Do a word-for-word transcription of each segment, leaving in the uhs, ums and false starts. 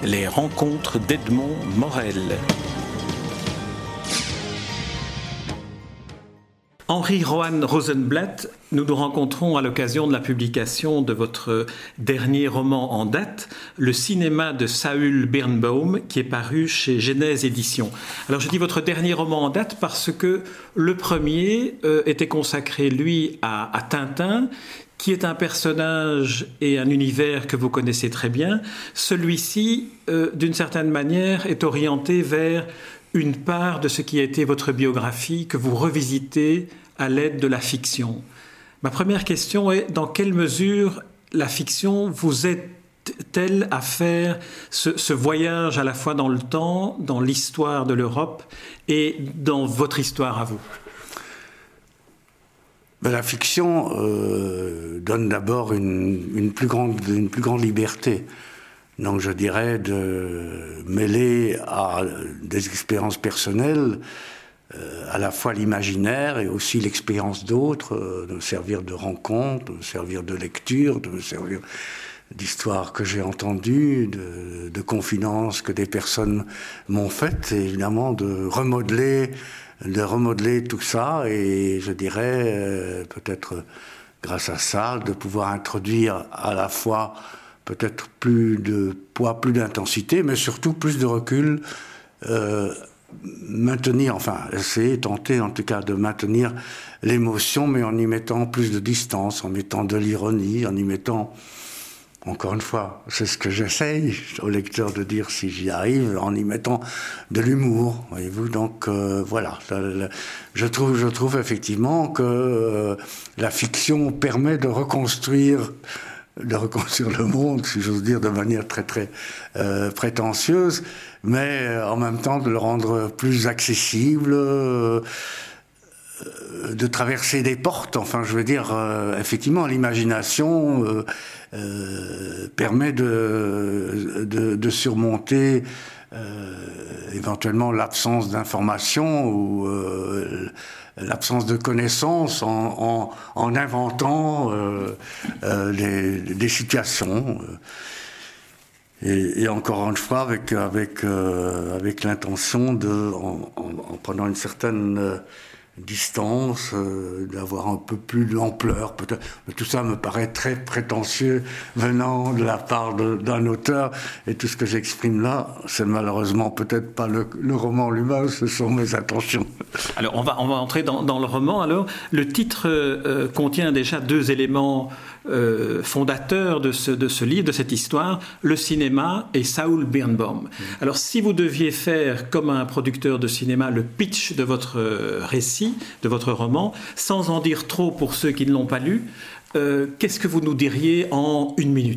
Les rencontres d'Edmond Morel. Henri Rohan Rosenblatt, nous nous rencontrons à l'occasion de la publication de votre dernier roman en date, Le cinéma de Saül Birnbaum, qui est paru chez Genèse Éditions. Alors je dis votre dernier roman en date parce que le premier euh, était consacré, lui, à, à Tintin, qui est un personnage et un univers que vous connaissez très bien. Celui-ci, euh, d'une certaine manière, est orienté vers une part de ce qui a été votre biographie que vous revisitez à l'aide de la fiction. Ma première question est, dans quelle mesure la fiction vous aide-t-elle à faire ce, ce voyage à la fois dans le temps, dans l'histoire de l'Europe et dans votre histoire à vous ? Ben, la fiction euh, donne d'abord une, une, plus grande, une plus grande liberté. Donc je dirais de mêler à des expériences personnelles euh, à la fois l'imaginaire et aussi l'expérience d'autres, euh, de me servir de rencontres, de me servir de lecture, de me servir d'histoires que j'ai entendues, de, de confidences que des personnes m'ont faites, et évidemment de remodeler, de remodeler tout ça, et je dirais euh, peut-être grâce à ça de pouvoir introduire à la fois peut-être plus de poids, plus d'intensité, mais surtout plus de recul, euh, maintenir, enfin, essayer, tenter en tout cas de maintenir l'émotion, mais en y mettant plus de distance, en mettant de l'ironie, en y mettant, encore une fois, c'est ce que j'essaye au lecteur de dire si j'y arrive, en y mettant de l'humour, voyez-vous, donc euh, voilà, je trouve, je trouve effectivement que euh, la fiction permet de reconstruire de reconstruire le monde, si j'ose dire, de manière très très euh, prétentieuse, mais euh, en même temps de le rendre plus accessible, euh, de traverser des portes. Enfin, je veux dire, euh, effectivement, l'imagination euh, euh, permet de, de, de surmonter euh, éventuellement l'absence d'information ou euh, l'absence de connaissances en, en, en inventant euh, euh, des, des situations. Et, et encore une fois, avec, avec, euh, avec l'intention de, en, en, en prenant une certaine euh, distance, euh, d'avoir un peu plus d'ampleur, peut-être. Mais tout ça me paraît très prétentieux venant de la part de, d'un auteur, et tout ce que j'exprime là, c'est malheureusement peut-être pas le, le roman lui-même, ce sont mes intentions. Alors on va, on va entrer dans, dans le roman. Alors le titre euh, contient déjà deux éléments euh, fondateurs de ce, de ce livre, de cette histoire, le cinéma et Saül Birnbaum. Mmh. Alors si vous deviez faire, comme un producteur de cinéma, le pitch de votre récit, de votre roman, sans en dire trop pour ceux qui ne l'ont pas lu, euh, qu'est-ce que vous nous diriez en une minute ?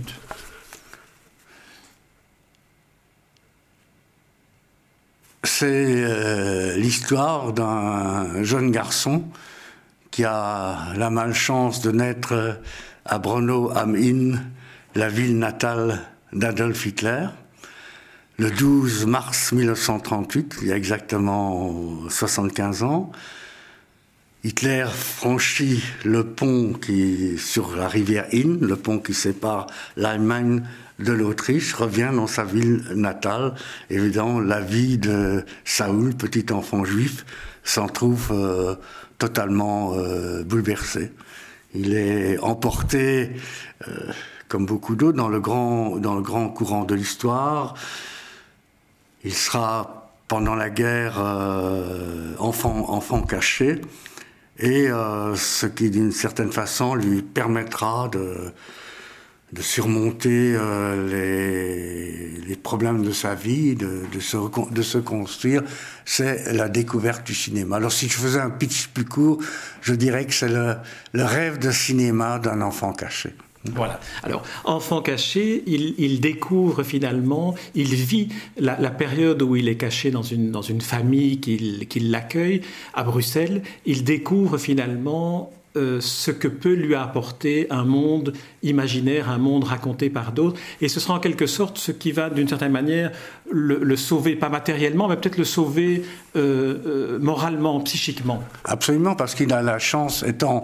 C'est euh, l'histoire d'un jeune garçon qui a la malchance de naître à Braunau am Inn, la ville natale d'Adolf Hitler, le douze mars mille neuf cent trente-huit, il y a exactement soixante-quinze ans. Hitler franchit le pont qui, sur la rivière Inn, le pont qui sépare l'Allemagne de l'Autriche, revient dans sa ville natale. Évidemment, la vie de Saül, petit enfant juif, s'en trouve euh, totalement euh, bouleversée. Il est emporté, euh, comme beaucoup d'autres, dans le grand, dans le grand courant de l'histoire. Il sera, pendant la guerre, euh, enfant, enfant caché, et euh, ce qui, d'une certaine façon, lui permettra de, de surmonter euh, les, les problèmes de sa vie, de, de, se, de se construire, c'est la découverte du cinéma. Alors si je faisais un pitch plus court, je dirais que c'est le, le rêve de cinéma d'un enfant caché. Voilà. Alors, enfant caché, il, il découvre finalement, il vit la, la période où il est caché dans une, dans une famille qui, qui l'accueille à Bruxelles. Il découvre finalement euh, ce que peut lui apporter un monde imaginaire, un monde raconté par d'autres. Et ce sera en quelque sorte ce qui va, d'une certaine manière, le, le sauver, pas matériellement, mais peut-être le sauver euh, euh, moralement, psychiquement. Absolument, parce qu'il a la chance, étant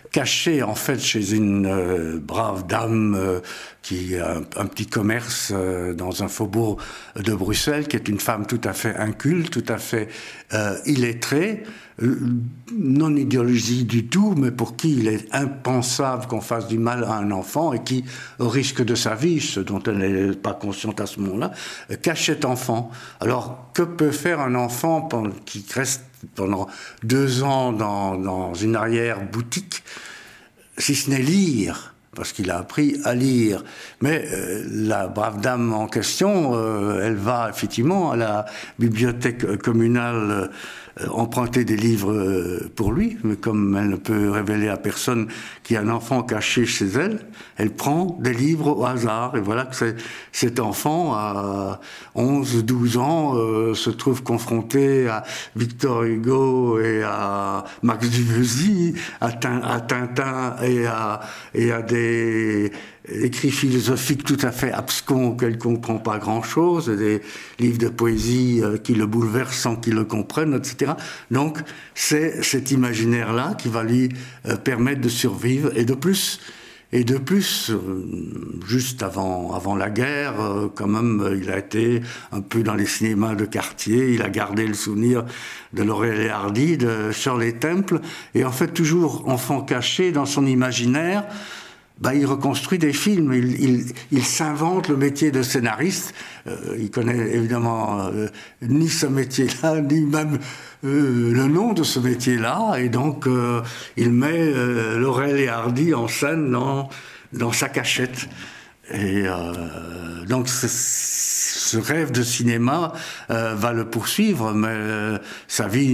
caché en fait chez une euh, brave dame euh, qui a un, un petit commerce euh, dans un faubourg de Bruxelles, qui est une femme tout à fait inculte, tout à fait euh, illettrée, euh, non idéologie du tout, mais pour qui il est impensable qu'on fasse du mal à un enfant et qui, au risque de sa vie, ce dont elle n'est pas consciente à ce moment-là, euh, cache cet enfant. Alors, que peut faire un enfant pendant, qui reste pendant deux ans dans, dans une arrière-boutique, si ce n'est lire, parce qu'il a appris à lire. Mais euh, la brave dame en question, euh, elle va effectivement à la bibliothèque communale euh, emprunter des livres euh, pour lui, mais comme elle ne peut révéler à personne qu'il y a un enfant caché chez elle, elle prend des livres au hasard. Et voilà que c'est, cet enfant, à onze douze ans, euh, se trouve confronté à Victor Hugo et à Max Duvezy, à, Tin, à Tintin et à, et à des écrits philosophiques tout à fait abscons auxquels il ne comprend pas grand-chose, des livres de poésie euh, qui le bouleversent sans qu'il le comprenne, et cetera. Donc, c'est cet imaginaire-là qui va lui euh, permettre de survivre. Et de plus, et de plus euh, juste avant, avant la guerre, euh, quand même, euh, il a été un peu dans les cinémas de quartier, il a gardé le souvenir de Laurel et Hardy, de Shirley Temple, et en fait, toujours enfant caché dans son imaginaire, bah, il reconstruit des films, il, il, il s'invente le métier de scénariste. Euh, il connaît évidemment euh, ni ce métier-là, ni même euh, le nom de ce métier-là, et donc euh, il met euh, Laurel et Hardy en scène dans, dans sa cachette. Et euh, donc ce rêve de cinéma euh, va le poursuivre, mais euh, sa vie,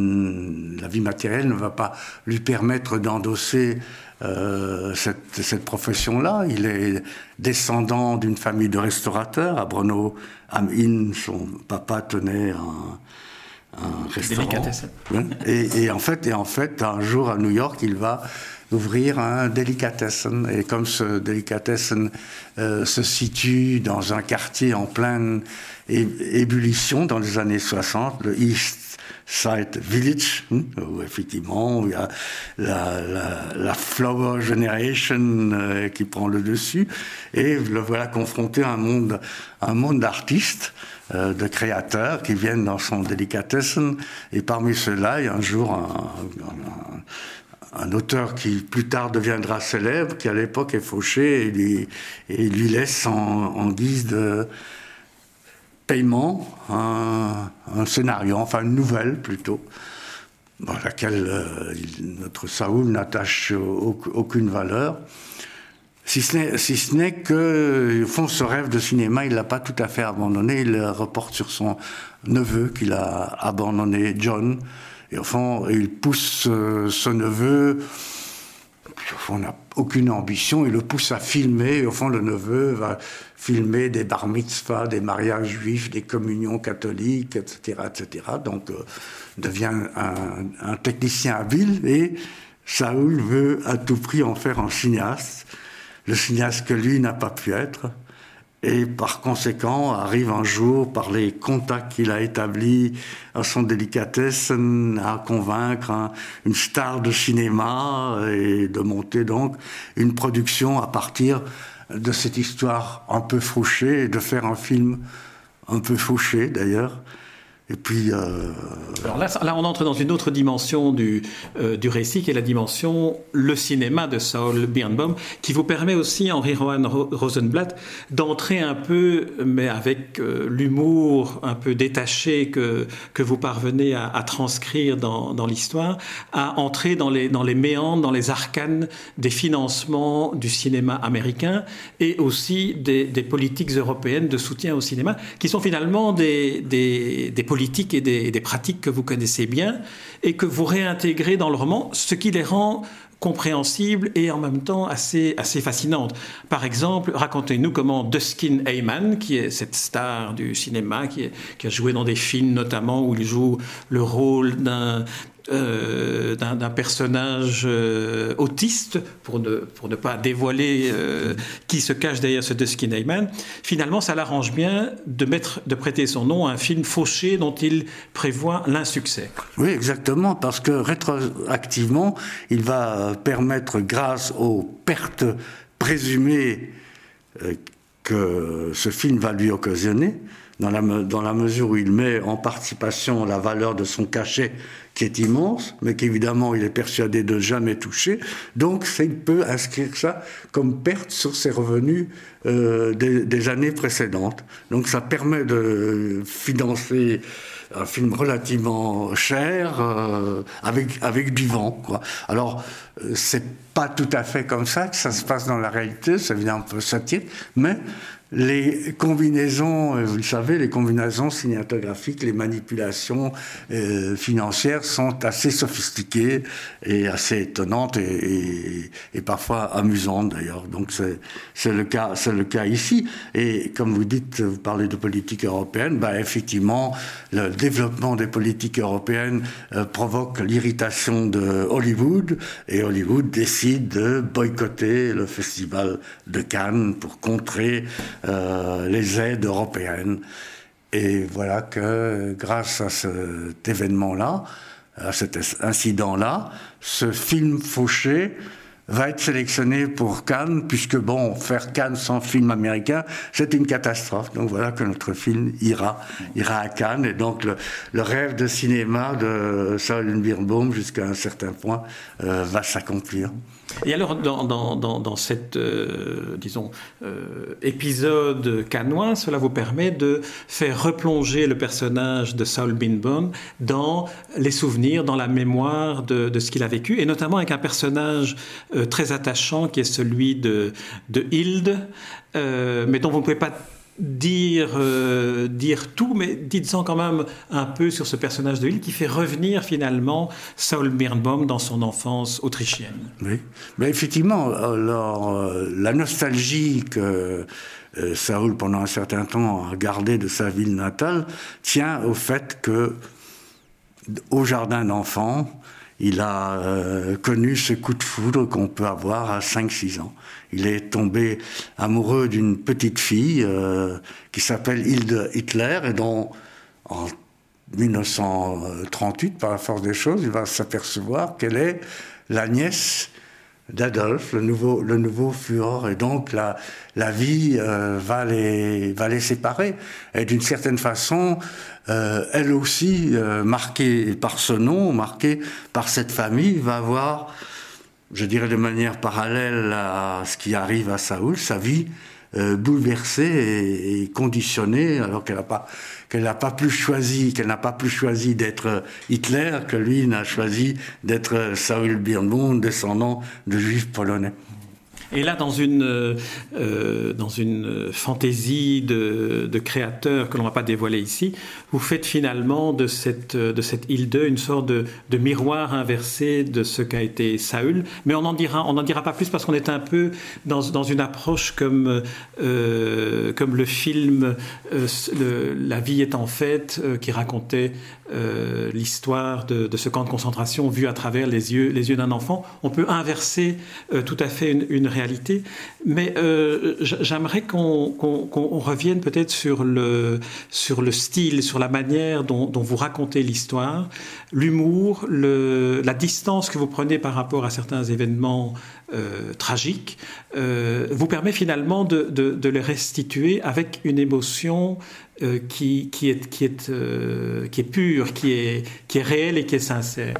la vie matérielle ne va pas lui permettre d'endosser Euh, cette, cette profession-là. Il est descendant d'une famille de restaurateurs. À Brno am Inn, son papa tenait un, un restaurant. Et, et, en fait, et en fait, un jour à New York, il va ouvrir un Delicatessen. Et comme ce Delicatessen euh, se situe dans un quartier en pleine ébullition dans les années soixante, le East Side Village, où effectivement il y a la, la, la Flower Generation euh, qui prend le dessus, et le voilà confronté à un monde, un monde d'artistes, euh, de créateurs qui viennent dans son Delicatessen, et parmi ceux-là, il y a un jour un, un, un auteur qui plus tard deviendra célèbre, qui à l'époque est fauché et lui, et lui laisse en, en guise de paiement, un, un scénario, enfin une nouvelle plutôt, à laquelle euh, il, notre Saoul n'attache au, aucune valeur, si ce n'est, si ce n'est que, au fond, ce rêve de cinéma, il ne l'a pas tout à fait abandonné, il le reporte sur son neveu qu'il a abandonné, John, et au fond, il pousse euh, ce neveu, au fond, on n'a aucune ambition, il le pousse à filmer, et au fond, le neveu va filmer des bar mitzvahs, des mariages juifs, des communions catholiques, et cetera, et cetera. Donc, euh, devient un, un technicien habile, et Saoul veut à tout prix en faire un cinéaste, le cinéaste que lui n'a pas pu être, et par conséquent arrive un jour, par les contacts qu'il a établis à son Delicatessen, à convaincre un, une star de cinéma et de monter donc une production à partir de cette histoire un peu fauchée, et de faire un film un peu fauché d'ailleurs. Et puis, euh... Alors là, là, on entre dans une autre dimension du, euh, du récit, qui est la dimension le cinéma de Saul Birnbaum, qui vous permet aussi, Henri Rohan Rosenblatt, d'entrer un peu, mais avec euh, l'humour un peu détaché que, que vous parvenez à, à transcrire dans, dans l'histoire, à entrer dans les, dans les méandres, dans les arcanes des financements du cinéma américain, et aussi des, des politiques européennes de soutien au cinéma, qui sont finalement des, des, des politiques politiques et des, des pratiques que vous connaissez bien et que vous réintégrez dans le roman, ce qui les rend compréhensibles et en même temps assez, assez fascinantes. Par exemple, racontez-nous comment Dustin Heyman, qui est cette star du cinéma, qui, est, qui a joué dans des films notamment où il joue le rôle d'un euh, d'un, d'un personnage euh, autiste, pour ne, pour ne pas dévoiler euh, qui se cache derrière ce Dusky Neyman, finalement ça l'arrange bien de, mettre, de prêter son nom à un film fauché dont il prévoit l'insuccès. Oui, exactement, parce que rétroactivement, il va permettre, grâce aux pertes présumées euh, que ce film va lui occasionner, dans la, dans la mesure où il met en participation la valeur de son cachet qui est immense, mais qu'évidemment il est persuadé de jamais toucher, donc il peut inscrire ça comme perte sur ses revenus euh, des, des années précédentes. Donc ça permet de financer un film relativement cher, euh, avec, avec du vent, quoi. Alors, euh, c'est pas tout à fait comme ça que ça se passe dans la réalité, ça vient un peu satirique, mais les combinaisons, vous le savez, les combinaisons cinématographiques, les manipulations euh, financières sont assez sophistiquées et assez étonnantes et, et, et parfois amusantes d'ailleurs. Donc c'est, c'est le cas, c'est le cas ici. Et comme vous dites, vous parlez de politique européenne, bah effectivement, le développement des politiques européennes euh, provoque l'irritation de Hollywood et Hollywood décide de boycotter le festival de Cannes pour contrer Euh, les aides européennes. Et voilà que grâce à cet événement-là, à cet incident-là, ce film fauché va être sélectionné pour Cannes, puisque bon, faire Cannes sans film américain, c'est une catastrophe. Donc voilà que notre film ira, ira à Cannes. Et donc le, le rêve de cinéma de Saul Birnbaum, jusqu'à un certain point, euh, va s'accomplir. Et alors, dans, dans, dans, dans cet, euh, disons, euh, épisode cannois, cela vous permet de faire replonger le personnage de Saul Birnbaum dans les souvenirs, dans la mémoire de, de ce qu'il a vécu, et notamment avec un personnage euh, très attachant qui est celui de, de Hilde, euh, mais dont vous ne pouvez pas dire, euh, dire tout, mais dites-en quand même un peu sur ce personnage de Hilde qui fait revenir finalement Saul Birnbaum dans son enfance autrichienne. Oui, mais effectivement, alors, euh, la nostalgie que euh, Saul, pendant un certain temps, a gardée de sa ville natale, tient au fait que, au jardin d'enfants, il a euh, connu ce coup de foudre qu'on peut avoir à cinq six ans. Il est tombé amoureux d'une petite fille euh, qui s'appelle Hilde Hitler et dont, en dix-neuf cent trente-huit, par la force des choses, il va s'apercevoir qu'elle est la nièce d'Adolphe, le nouveau, le nouveau Führer, et donc la, la vie euh, va, les, va les séparer. Et d'une certaine façon, euh, elle aussi, euh, marquée par ce nom, marquée par cette famille, va avoir, je dirais de manière parallèle à ce qui arrive à Saül, sa vie euh, bouleversée et, et conditionnée, alors qu'elle n'a pas, qu'elle n'a pas plus choisi, qu'elle n'a pas plus choisi d'être Hitler, que lui n'a choisi d'être Saul Birnbaum, descendant de juifs polonais. Et là, dans une, euh, dans une fantaisie de, de créateur que l'on ne va pas dévoiler ici, vous faites finalement de cette, de cette Hilde une sorte de, de miroir inversé de ce qu'a été Saül. Mais on n'en dira, on n'en dira pas plus parce qu'on est un peu dans, dans une approche comme, euh, comme le film euh, le, La vie est en fête, euh, qui racontait euh, l'histoire de, de ce camp de concentration vu à travers les yeux, les yeux d'un enfant. On peut inverser euh, tout à fait une, une réalité, mais euh, j'aimerais qu'on, qu'on, qu'on revienne peut-être sur le, sur le style, sur la manière dont, dont vous racontez l'histoire, l'humour, le, la distance que vous prenez par rapport à certains événements euh, tragiques, euh, vous permet finalement de, de, de les restituer avec une émotion euh, qui, qui est, qui est, euh, qui est pure, qui est, qui est réelle et qui est sincère.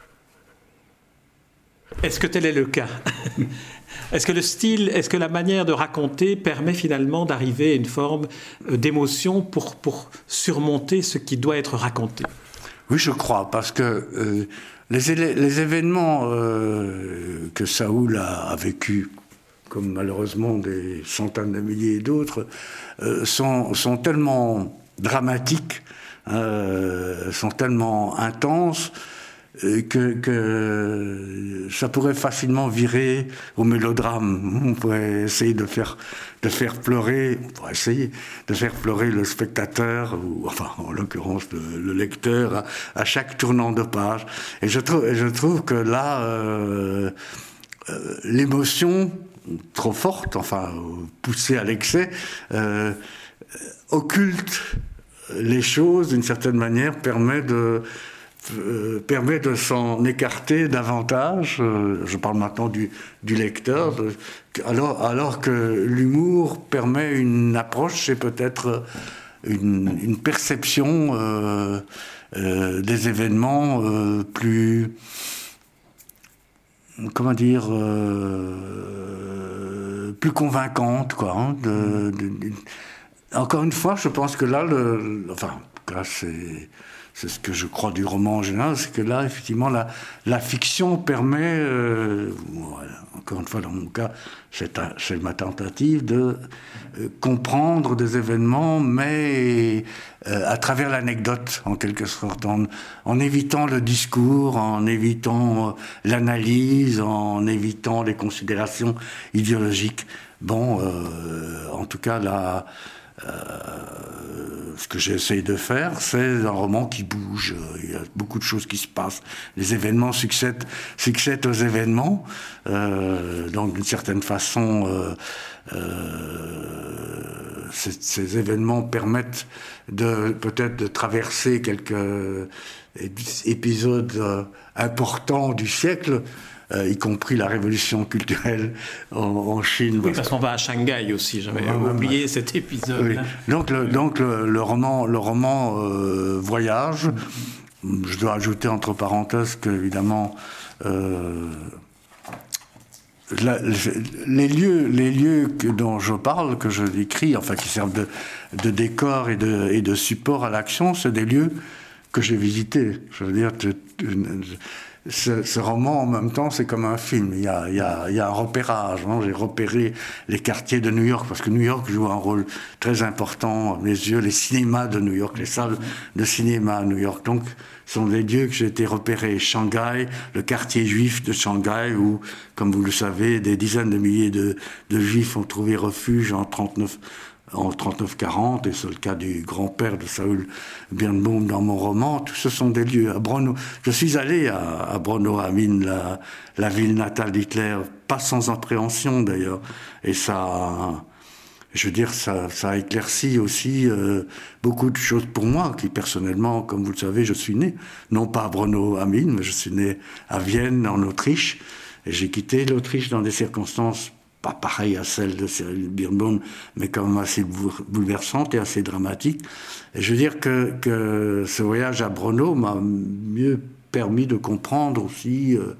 Est-ce que tel est le cas ? Est-ce que le style, est-ce que la manière de raconter permet finalement d'arriver à une forme d'émotion pour, pour surmonter ce qui doit être raconté ? Oui, je crois, parce que euh, les, les événements euh, que Saül a, a vécu, comme malheureusement des centaines de milliers d'autres, euh, sont, sont tellement dramatiques, euh, sont tellement intenses, que, que ça pourrait facilement virer au mélodrame. On pourrait essayer de faire, de faire pleurer, on pourrait essayer de faire pleurer le spectateur, ou enfin en l'occurrence le, le lecteur, à, à chaque tournant de page. Et je trouve, et je trouve que là, euh, euh, l'émotion trop forte, enfin poussée à l'excès, euh, occulte les choses d'une certaine manière, permet de Euh, permet de s'en écarter davantage. Euh, je parle maintenant du, du lecteur, de, alors, alors que l'humour permet une approche et peut-être une, une perception euh, euh, des événements euh, plus, comment dire, euh, plus convaincante, quoi. Hein, de, de, de, encore une fois, je pense que là, le, enfin, là, c'est C'est ce que je crois du roman en général, c'est que là, effectivement, la, la fiction permet, euh, voilà, encore une fois, dans mon cas, c'est, un, c'est ma tentative de euh, comprendre des événements, mais euh, à travers l'anecdote, en quelque sorte, en, en évitant le discours, en évitant euh, l'analyse, en évitant les considérations idéologiques. Bon, euh, en tout cas, la... Euh, ce que j'essaye de faire, c'est un roman qui bouge. Il y a beaucoup de choses qui se passent. Les événements succèdent, succèdent aux événements. Euh, donc, d'une certaine façon, euh, euh, ces, ces événements permettent de, peut-être de traverser quelques épisodes importants du siècle. Euh, y compris la révolution culturelle en, en Chine. Oui, parce qu'on va à Shanghai aussi, j'avais ah, oublié ouais. cet épisode. Oui. Donc, le, donc le, le roman, le roman euh, voyage. Je dois ajouter entre parenthèses qu'évidemment, euh, la, les lieux, les lieux que, dont je parle, que je décris, enfin qui servent de, de décor et de, et de support à l'action, c'est des lieux que j'ai visités. Je veux dire, tu, tu, Ce, ce roman, en même temps, c'est comme un film. Il y a, il y a, il y a un repérage. Hein. J'ai repéré les quartiers de New York, parce que New York joue un rôle très important à mes yeux, les cinémas de New York, les salles de cinéma à New York. Donc, ce sont des lieux que j'ai été repérés. Shanghai, le quartier juif de Shanghai, où, comme vous le savez, des dizaines de milliers de, de juifs ont trouvé refuge en trente-neuf en trente-neuf quarante, et c'est le cas du grand-père de Saül Birnbaum dans mon roman. Tout ce sont des lieux. À Braunau, je suis allé à, à Braunau-Hammin, la, la ville natale d'Hitler, pas sans appréhension d'ailleurs, et ça, je veux dire, ça, ça a éclairci aussi euh, beaucoup de choses pour moi, qui personnellement, comme vous le savez, je suis né, non pas à Braunau-Hammin, mais je suis né à Vienne, en Autriche, et j'ai quitté l'Autriche dans des circonstances pas pareil à celle de Saül Birnbaum, mais quand même assez bouleversante et assez dramatique. Et je veux dire que, que ce voyage à Braunau m'a mieux permis de comprendre aussi euh,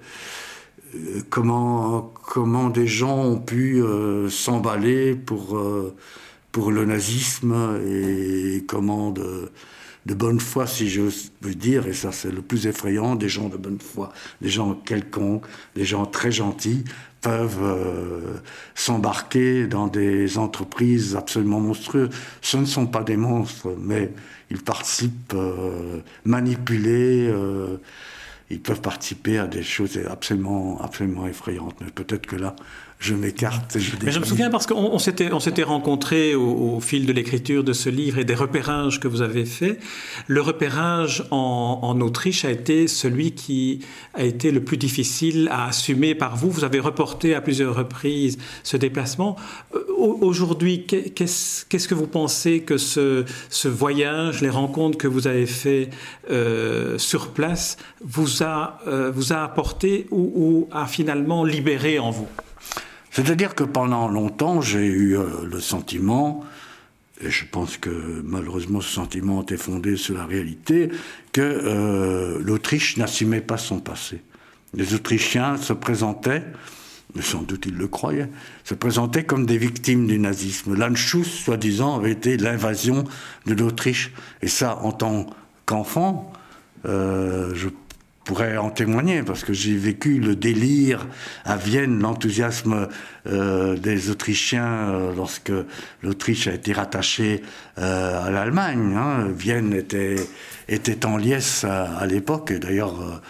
comment, comment des gens ont pu euh, s'emballer pour, euh, pour le nazisme, et comment de, de bonne foi, si je veux dire, et ça c'est le plus effrayant, des gens de bonne foi, des gens quelconques, des gens très gentils, peuvent euh, s'embarquer dans des entreprises absolument monstrueuses. Ce ne sont pas des monstres, mais ils participent, euh, manipulés, euh, ils peuvent participer à des choses absolument, absolument effrayantes. Mais peut-être que là, je m'écarte. Je Mais je me souviens parce qu'on on s'était, on s'était rencontrés au, au fil de l'écriture de ce livre et des repérages que vous avez faits. Le repérage en, en Autriche a été celui qui a été le plus difficile à assumer par vous. Vous avez reporté à plusieurs reprises ce déplacement. Aujourd'hui, qu'est-ce, qu'est-ce que vous pensez que ce, ce voyage, les rencontres que vous avez faites euh, sur place, vous a, euh, vous a apporté ou, ou a finalement libéré en vous ? C'est-à-dire que pendant longtemps, j'ai eu euh, le sentiment, et je pense que malheureusement ce sentiment était fondé sur la réalité, que euh, l'Autriche n'assumait pas son passé. Les Autrichiens se présentaient, mais sans doute ils le croyaient, se présentaient comme des victimes du nazisme. L'Anschluss, soi-disant, avait été l'invasion de l'Autriche. Et ça, en tant qu'enfant, euh, je pourrais en témoigner, parce que j'ai vécu le délire à Vienne, l'enthousiasme euh, des Autrichiens euh, lorsque l'Autriche a été rattachée euh, à l'Allemagne. Hein. Vienne était, était en liesse à, à l'époque, et d'ailleurs, euh,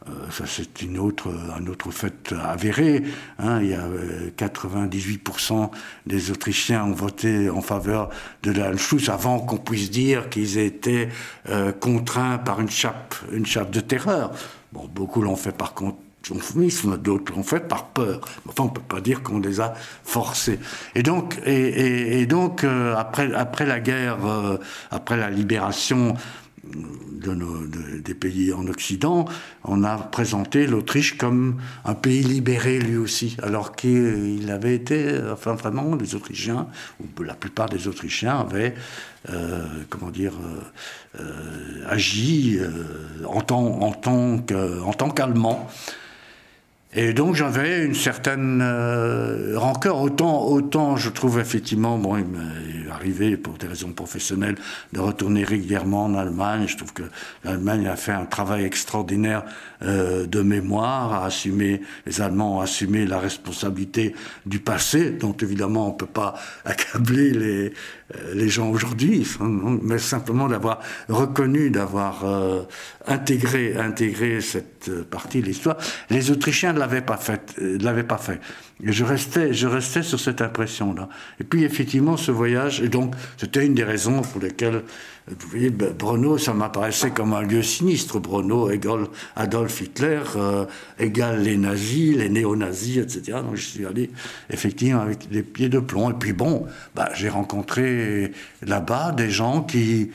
Euh, ça, c'est une autre, un autre fait avéré. Hein. Il y a euh, quatre-vingt-dix-huit pour cent des Autrichiens ont voté en faveur de l'Anschluss avant qu'on puisse dire qu'ils étaient euh, contraints par une chape, une chape de terreur. Bon, beaucoup l'ont fait par contre. D'autres l'ont fait par peur. Enfin, on ne peut pas dire qu'on les a forcés. Et donc, et, et, et donc euh, après, après la guerre, euh, après la libération de nos, de, des pays en Occident, on a présenté l'Autriche comme un pays libéré lui aussi, alors qu'il avait été, enfin vraiment, les Autrichiens, ou la plupart des Autrichiens avaient, euh, comment dire, euh, euh, agi euh, en tant, en tant que, en tant qu'Allemands. Et donc j'avais une certaine euh, rancœur. Autant, autant je trouve effectivement, bon, il m'est arrivé pour des raisons professionnelles de retourner régulièrement en Allemagne. Je trouve que l'Allemagne a fait un travail extraordinaire euh, de mémoire, a assumé, les Allemands ont assumé la responsabilité du passé, dont évidemment on ne peut pas accabler les, euh, les gens aujourd'hui, mais simplement d'avoir reconnu, d'avoir euh, intégré, intégré cette partie de l'histoire. Les Autrichiens ne l'avaient pas fait, ne l'avaient pas fait. Et je restais, je restais sur cette impression-là. Et puis effectivement, ce voyage, et donc c'était une des raisons pour lesquelles, vous voyez, Brno, ça m'apparaissait comme un lieu sinistre. Brno égale Adolf Hitler, euh, égale les nazis, les néo-nazis, et cetera. Donc je suis allé effectivement avec les pieds de plomb. Et puis bon, bah, j'ai rencontré là-bas des gens qui...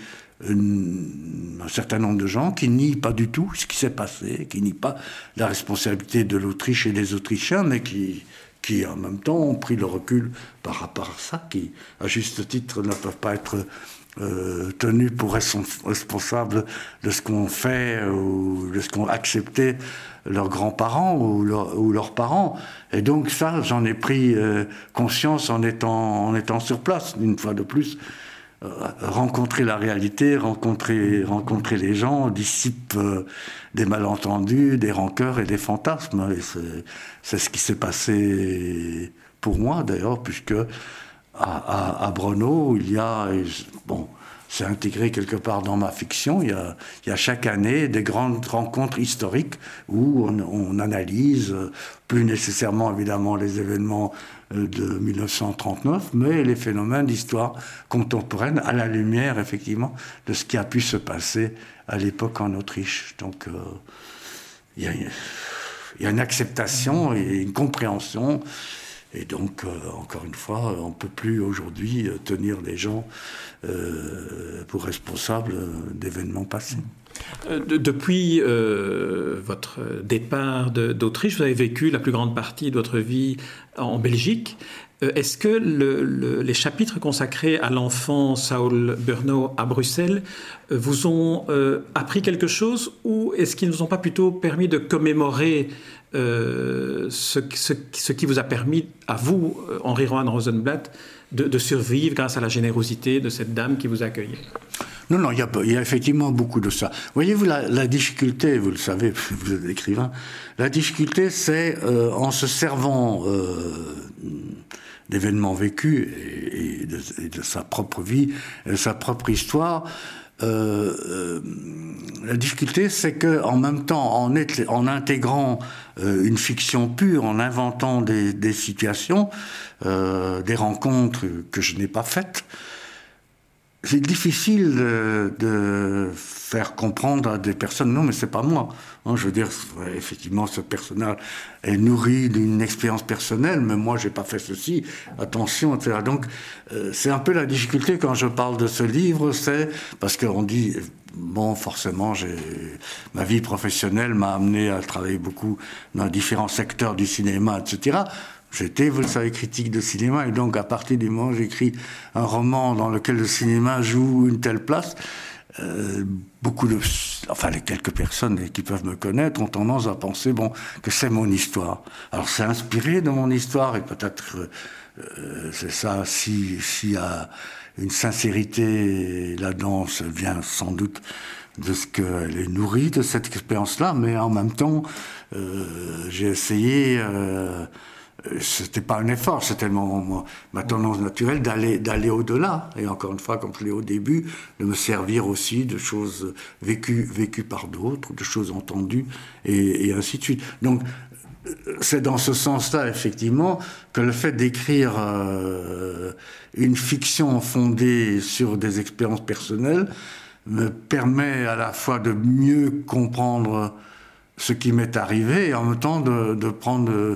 un certain nombre de gens qui nient pas du tout ce qui s'est passé, qui nient pas la responsabilité de l'Autriche et des Autrichiens, mais qui, qui en même temps ont pris le recul par rapport à ça, qui à juste titre ne peuvent pas être euh, tenus pour responsables de ce qu'ont fait ou de ce qu'ont accepté leurs grands-parents ou, leur, ou leurs parents. Et donc ça, j'en ai pris euh, conscience en étant, en étant sur place, une fois de plus. Euh, rencontrer la réalité, rencontrer, rencontrer les gens, dissipe euh, des malentendus, des rancœurs et des fantasmes. Et c'est, c'est ce qui s'est passé pour moi d'ailleurs, puisque à, à, à Brno, il y a, bon, c'est intégré quelque part dans ma fiction, il y a, il y a chaque année des grandes rencontres historiques où on, on analyse, plus nécessairement évidemment les événements de mille neuf cent trente-neuf, mais les phénomènes d'histoire contemporaine à la lumière, effectivement, de ce qui a pu se passer à l'époque en Autriche. Donc, euh, il y a, il y a une acceptation et une compréhension. Et donc, euh, encore une fois, on ne peut plus aujourd'hui tenir les gens euh, pour responsables d'événements passés. De, depuis euh, votre départ de, d'Autriche, vous avez vécu la plus grande partie de votre vie en Belgique. Euh, est-ce que le, le, les chapitres consacrés à l'enfant Saul Brno à Bruxelles euh, vous ont euh, appris quelque chose, ou est-ce qu'ils ne vous ont pas plutôt permis de commémorer euh, ce, ce, ce qui vous a permis, à vous, Henri Rohan Rosenblatt, de, de survivre grâce à la générosité de cette dame qui vous accueillait? Non, non, il y a, il y a effectivement beaucoup de ça. Voyez-vous, la, la difficulté, vous le savez, vous êtes écrivain, la difficulté, c'est euh, en se servant euh, d'événements vécus et, et, de, et de sa propre vie, et de sa propre histoire, euh, euh, la difficulté, c'est que en même temps, en, être, en intégrant euh, une fiction pure, en inventant des, des situations, euh, des rencontres que je n'ai pas faites, c'est difficile de, de faire comprendre à des personnes, non mais c'est pas moi. Hein, je veux dire, ouais, effectivement, ce personnage est nourri d'une expérience personnelle, mais moi j'ai pas fait ceci, attention, et cetera. Donc euh, c'est un peu la difficulté quand je parle de ce livre, c'est parce qu'on dit, bon, forcément, j'ai, ma vie professionnelle m'a amené à travailler beaucoup dans différents secteurs du cinéma, et cetera. J'étais, vous le savez, critique de cinéma, et donc à partir du moment où j'écris un roman dans lequel le cinéma joue une telle place, euh, beaucoup de, enfin les quelques personnes qui peuvent me connaître ont tendance à penser, bon, que c'est mon histoire. Alors c'est inspiré de mon histoire, et peut-être euh, c'est ça, si, si y a une sincérité là-dedans, ça vient sans doute de ce qu'elle est nourrie de cette expérience-là, mais en même temps, euh, j'ai essayé... Euh, c'était pas un effort, c'était mon, ma tendance naturelle d'aller, d'aller au-delà. Et encore une fois, comme je l'ai au début, de me servir aussi de choses vécues, vécues par d'autres, de choses entendues, et, et ainsi de suite. Donc, c'est dans ce sens-là, effectivement, que le fait d'écrire euh, une fiction fondée sur des expériences personnelles me permet à la fois de mieux comprendre ce qui m'est arrivé et en même temps de, de prendre...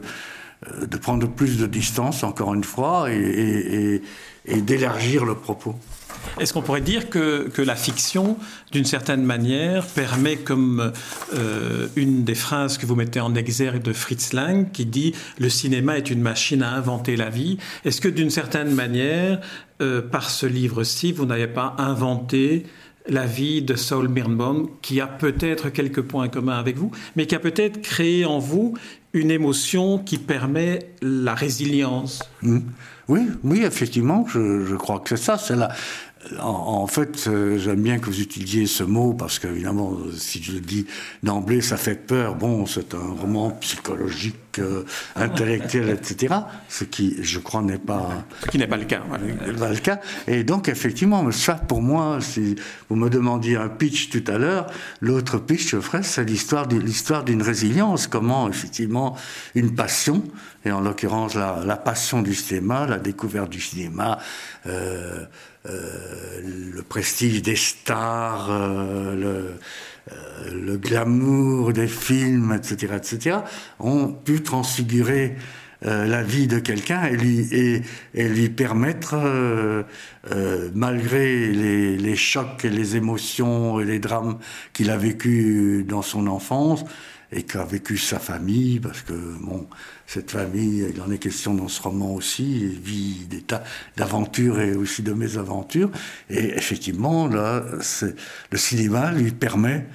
de prendre plus de distance, encore une fois, et, et, et, et d'élargir le propos. Est-ce qu'on pourrait dire que, que la fiction, d'une certaine manière, permet, comme euh, une des phrases que vous mettez en exergue de Fritz Lang, qui dit « Le cinéma est une machine à inventer la vie », est-ce que, d'une certaine manière, euh, par ce livre-ci, vous n'avez pas inventé la vie de Saul Birnbaum, qui a peut-être quelques points communs avec vous, mais qui a peut-être créé en vous une émotion qui permet la résilience. Mmh. Oui, oui, effectivement, je, je crois que c'est ça. C'est la... en, en fait, euh, j'aime bien que vous utilisiez ce mot, parce qu'évidemment, si je le dis d'emblée, ça fait peur. Bon, c'est un roman psychologique, euh, intellectuel, et cetera. Ce qui, je crois, n'est pas... Ce qui n'est pas le cas. N'est pas le cas. Et donc, effectivement, ça, pour moi, si vous me demandiez un pitch tout à l'heure, l'autre pitch, je ferais, c'est l'histoire, de, l'histoire d'une résilience. Comment, effectivement, une passion, et en l'occurrence, la, la passion du cinéma, la découverte du cinéma, euh, euh, le prestige des stars, euh, le... Euh, le glamour des films, et cetera, et cetera, ont pu transfigurer euh, la vie de quelqu'un et lui, et, et lui permettre, euh, euh, malgré les, les chocs et les émotions et les drames qu'il a vécu dans son enfance et qu'a vécu sa famille, parce que bon, cette famille, il en est question dans ce roman aussi, vit des tas d'aventures et aussi de mésaventures. Et effectivement, là, c'est, le cinéma lui permet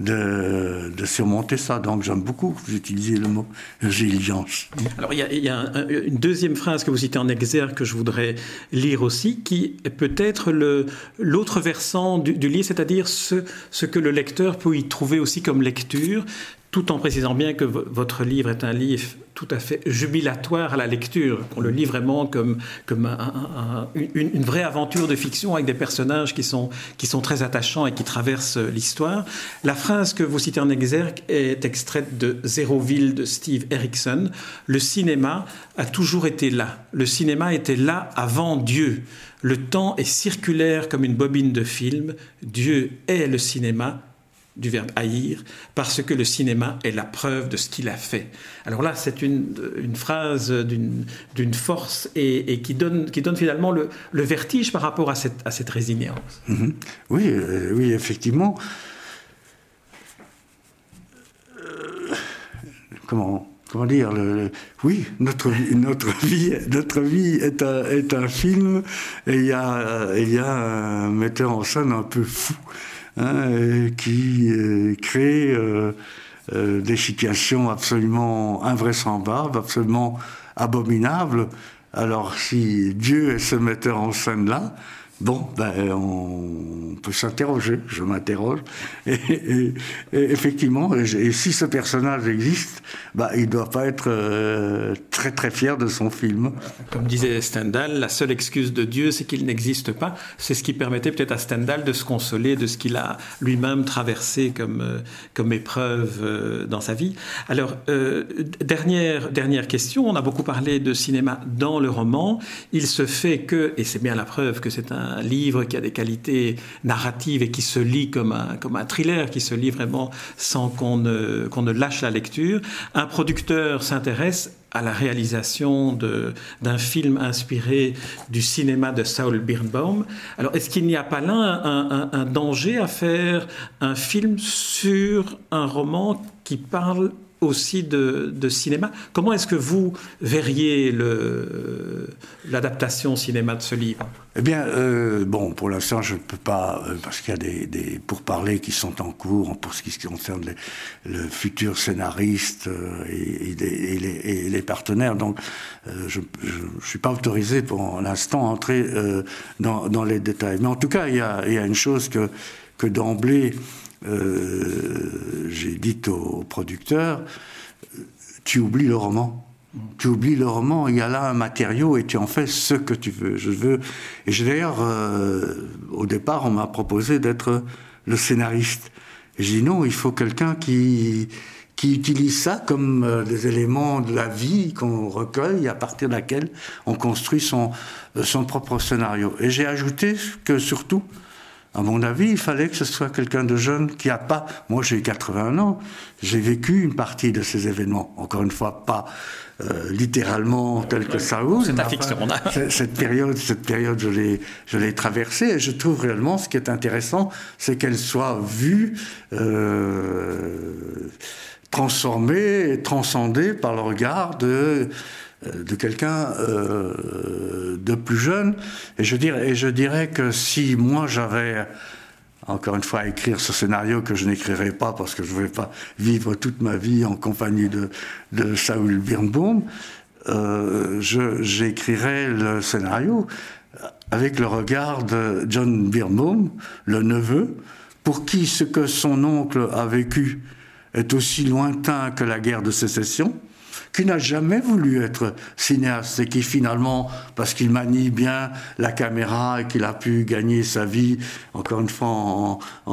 de, de surmonter ça. Donc j'aime beaucoup que vous utilisiez le mot résilience. Alors il y a, il y a un, une deuxième phrase que vous citez en exergue que je voudrais lire aussi, qui est peut-être le, l'autre versant du, du livre, c'est-à-dire ce, ce que le lecteur peut y trouver aussi comme lecture, tout en précisant bien que v- votre livre est un livre tout à fait jubilatoire à la lecture, qu'on le lit vraiment comme, comme un, un, un, une, une vraie aventure de fiction avec des personnages qui sont, qui sont très attachants et qui traversent l'histoire. La phrase que vous citez en exergue est extraite de Zéroville de Steve Erickson. « Le cinéma a toujours été là. Le cinéma était là avant Dieu. Le temps est circulaire comme une bobine de film. Dieu est le cinéma. » du verbe haïr, parce que le cinéma est la preuve de ce qu'il a fait. Alors là, c'est une, une phrase d'une, d'une force et, et qui, donne, qui donne finalement le, le vertige par rapport à cette, à cette résilience. Mmh. Oui, euh, oui, effectivement. Euh, comment Comment dire le, le, Oui, notre, notre, vie, notre vie est un, est un film et il y a, il y a un metteur en scène un peu fou, Hein, qui euh, crée euh, euh, des situations absolument invraisemblables, absolument abominables. Alors si Dieu est ce metteur en scène-là, bon, ben, on peut s'interroger, je m'interroge, et, et, et effectivement, et, et si ce personnage existe, ben, il ne doit pas être euh, très très fier de son film. Comme disait Stendhal, la seule excuse de Dieu, c'est qu'il n'existe pas. C'est ce qui permettait peut-être à Stendhal de se consoler de ce qu'il a lui-même traversé comme, euh, comme épreuve euh, dans sa vie. Alors, euh, dernière, dernière question, on a beaucoup parlé de cinéma dans le roman. Il se fait que, et c'est bien la preuve que c'est un un livre qui a des qualités narratives et qui se lit comme un, comme un thriller, qui se lit vraiment sans qu'on ne, qu'on ne lâche la lecture. Un producteur s'intéresse à la réalisation de, d'un film inspiré du cinéma de Saul Birnbaum. Alors, est-ce qu'il n'y a pas là un, un, un danger à faire un film sur un roman qui parle aussi de, de cinéma? Comment est-ce que vous verriez le, l'adaptation cinéma de ce livre? Eh bien, euh, bon, pour l'instant, je ne peux pas, euh, parce qu'il y a des, des pourparlers qui sont en cours pour ce qui concerne les, le futur scénariste euh, et, et, des, et, les, et les partenaires. Donc, euh, je ne suis pas autorisé pour l'instant à entrer euh, dans, dans les détails. Mais en tout cas, il y a, il y a une chose que, que d'emblée, euh, j'ai dite au producteur, tu oublies le roman. Tu oublies le roman, il y a là un matériau et tu en fais ce que tu veux. Je veux. Et j'ai d'ailleurs, euh, au départ, on m'a proposé d'être le scénariste. Et j'ai dit non, il faut quelqu'un qui, qui utilise ça comme euh, des éléments de la vie qu'on recueille, à partir de laquelle on construit son, euh, son propre scénario. Et j'ai ajouté que surtout, à mon avis, il fallait que ce soit quelqu'un de jeune qui a pas... Moi, j'ai quatre-vingt-un ans, j'ai vécu une partie de ces événements. Encore une fois, pas euh, littéralement tel que Saoul. C'est ta fiction. Enfin, cette période, cette période, je l'ai, je l'ai traversée et je trouve réellement, ce qui est intéressant, c'est qu'elle soit vue, euh, transformée et transcendée par le regard de... de quelqu'un euh, de plus jeune. Et je dirais, et je dirais que si moi j'avais, encore une fois, à écrire ce scénario que je n'écrirais pas parce que je ne vais pas vivre toute ma vie en compagnie de, de Saoul Birnbaum, euh, je, j'écrirais le scénario avec le regard de John Birnbaum, le neveu, pour qui ce que son oncle a vécu est aussi lointain que la guerre de sécession, qui n'a jamais voulu être cinéaste et qui finalement, parce qu'il manie bien la caméra et qu'il a pu gagner sa vie, encore une fois, en, en,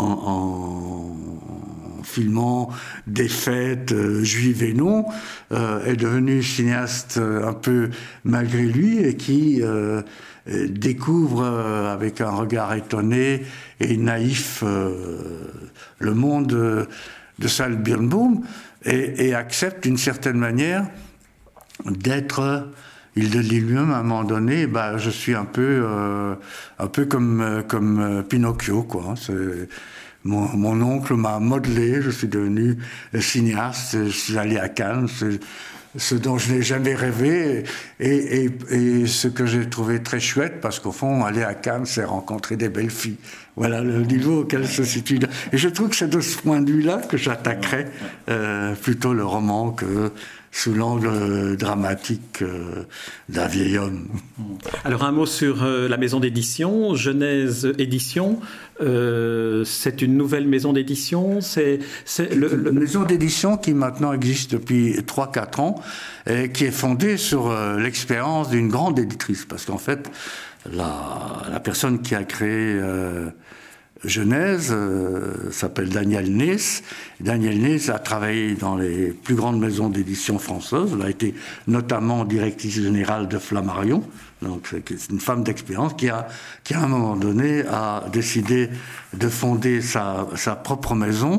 en filmant des fêtes euh, juives et non, euh, est devenu cinéaste un peu malgré lui et qui euh, découvre euh, avec un regard étonné et naïf euh, le monde de, de Saoul Birnbaum. Et, et accepte d'une certaine manière d'être, il le dit lui-même à un moment donné, bah, je suis un peu, euh, un peu comme, comme Pinocchio, quoi. C'est, mon, mon oncle m'a modelé, je suis devenu cinéaste, je suis allé à Cannes, c'est ce dont je n'ai jamais rêvé et, et, et ce que j'ai trouvé très chouette, parce qu'au fond, aller à Cannes, c'est rencontrer des belles filles. Voilà le niveau auquel se situe. Et je trouve que c'est de ce point de vue-là que j'attaquerais euh, plutôt le roman que sous l'angle dramatique euh, d'un vieil homme. Alors un mot sur euh, la maison d'édition, Genèse Édition. Euh, c'est une nouvelle maison d'édition. C'est, c'est le, le... une maison d'édition qui maintenant existe depuis trois quatre ans et qui est fondée sur euh, l'expérience d'une grande éditrice. Parce qu'en fait, la, la personne qui a créé euh, Genèse euh, s'appelle Daniel Ness. Daniel Ness a travaillé dans les plus grandes maisons d'édition françaises. Elle a été notamment directrice générale de Flammarion. Donc c'est une femme d'expérience qui a, qui à un moment donné a décidé de fonder sa, sa propre maison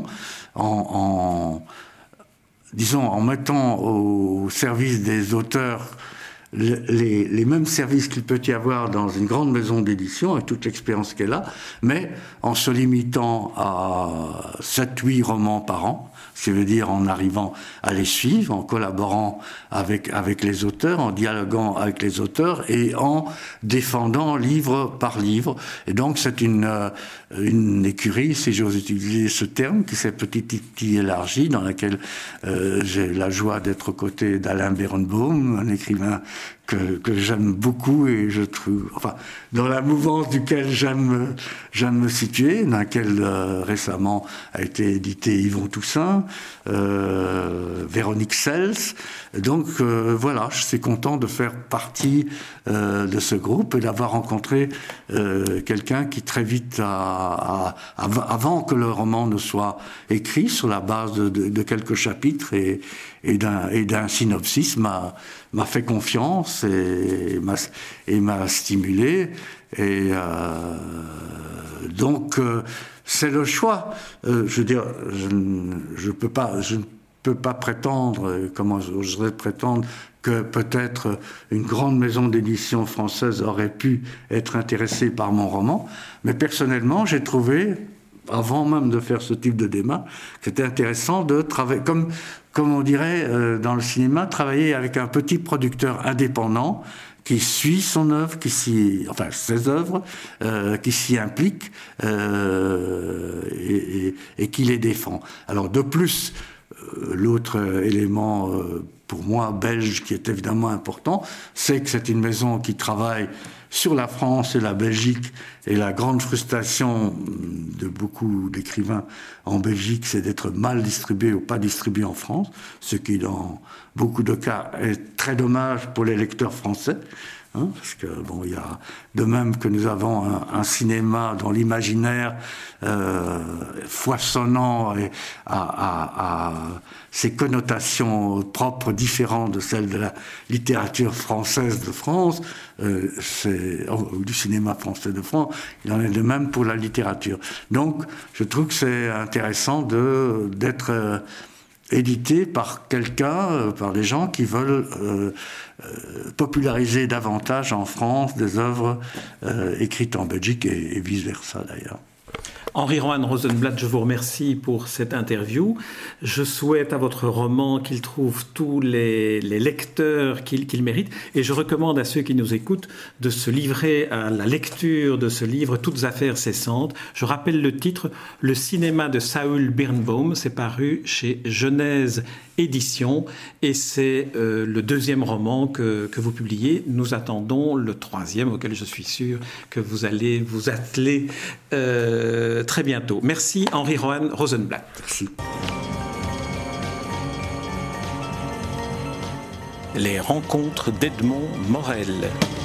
en, en, disons, en mettant au service des auteurs Les, les mêmes services qu'il peut y avoir dans une grande maison d'édition, avec toute l'expérience qu'elle a, mais en se limitant à sept huit romans par an, ce qui veut dire en arrivant à les suivre, en collaborant avec, avec les auteurs, en dialoguant avec les auteurs et en défendant livre par livre. Et donc c'est une, une écurie, si j'ose utiliser ce terme, qui s'est petit à petit élargie, dans laquelle euh, j'ai la joie d'être aux côtés d'Alain Birnbaum, un écrivain que, que j'aime beaucoup et je trouve, enfin, dans la mouvance duquel j'aime, j'aime me situer, dans laquelle euh, récemment a été édité Yvon Toussaint, euh, Véronique Sels. Donc euh, voilà, je suis content de faire partie euh, de ce groupe et d'avoir rencontré euh, quelqu'un qui très vite, a, a, a, avant que le roman ne soit écrit, sur la base de, de, de quelques chapitres et, et, d'un, et d'un synopsis, m'a, m'a fait confiance et m'a, et m'a stimulé. Et euh, donc euh, c'est le choix. Euh, je veux dire, je ne peux pas, je ne peux pas prétendre, comment j'oserais prétendre, que peut-être une grande maison d'édition française aurait pu être intéressée par mon roman. Mais personnellement, j'ai trouvé, avant même de faire ce type de débat, que c'était intéressant de travailler, comme, comme on dirait euh, dans le cinéma, travailler avec un petit producteur indépendant qui suit son œuvre, qui s'y, enfin ses œuvres, euh, qui s'y implique euh, et, et, et qui les défend. Alors de plus, euh, l'autre élément euh, pour moi belge qui est évidemment important, c'est que c'est une maison qui travaille sur la France et la Belgique. Et la grande frustration de beaucoup d'écrivains en Belgique, c'est d'être mal distribué ou pas distribué en France, ce qui, dans beaucoup de cas, est très dommage pour les lecteurs français. Hein, parce que bon, il y a de même que nous avons un, un cinéma dans l'imaginaire euh, foisonnant et à, à, à ses connotations propres différentes de celles de la littérature française de France, euh, c'est, ou du cinéma français de France. Il en est de même pour la littérature. Donc, je trouve que c'est intéressant de d'être euh, édité par quelqu'un, euh, par des gens qui veulent euh, euh, populariser davantage en France des œuvres euh, écrites en Belgique et, et vice-versa d'ailleurs. Henri-Rohan Rosenblatt, je vous remercie pour cette interview. Je souhaite à votre roman qu'il trouve tous les, les lecteurs qu'il, qu'il mérite. Et je recommande à ceux qui nous écoutent de se livrer à la lecture de ce livre, Toutes affaires cessantes. Je rappelle le titre, Le cinéma de Saül Birnbaum. C'est paru chez Genèse Éditions. Et c'est euh, le deuxième roman que, que vous publiez. Nous attendons le troisième, auquel je suis sûr que vous allez vous atteler euh, très bientôt. Merci Henri-Rohan Rosenblatt. Merci. Les rencontres d'Edmond Morel.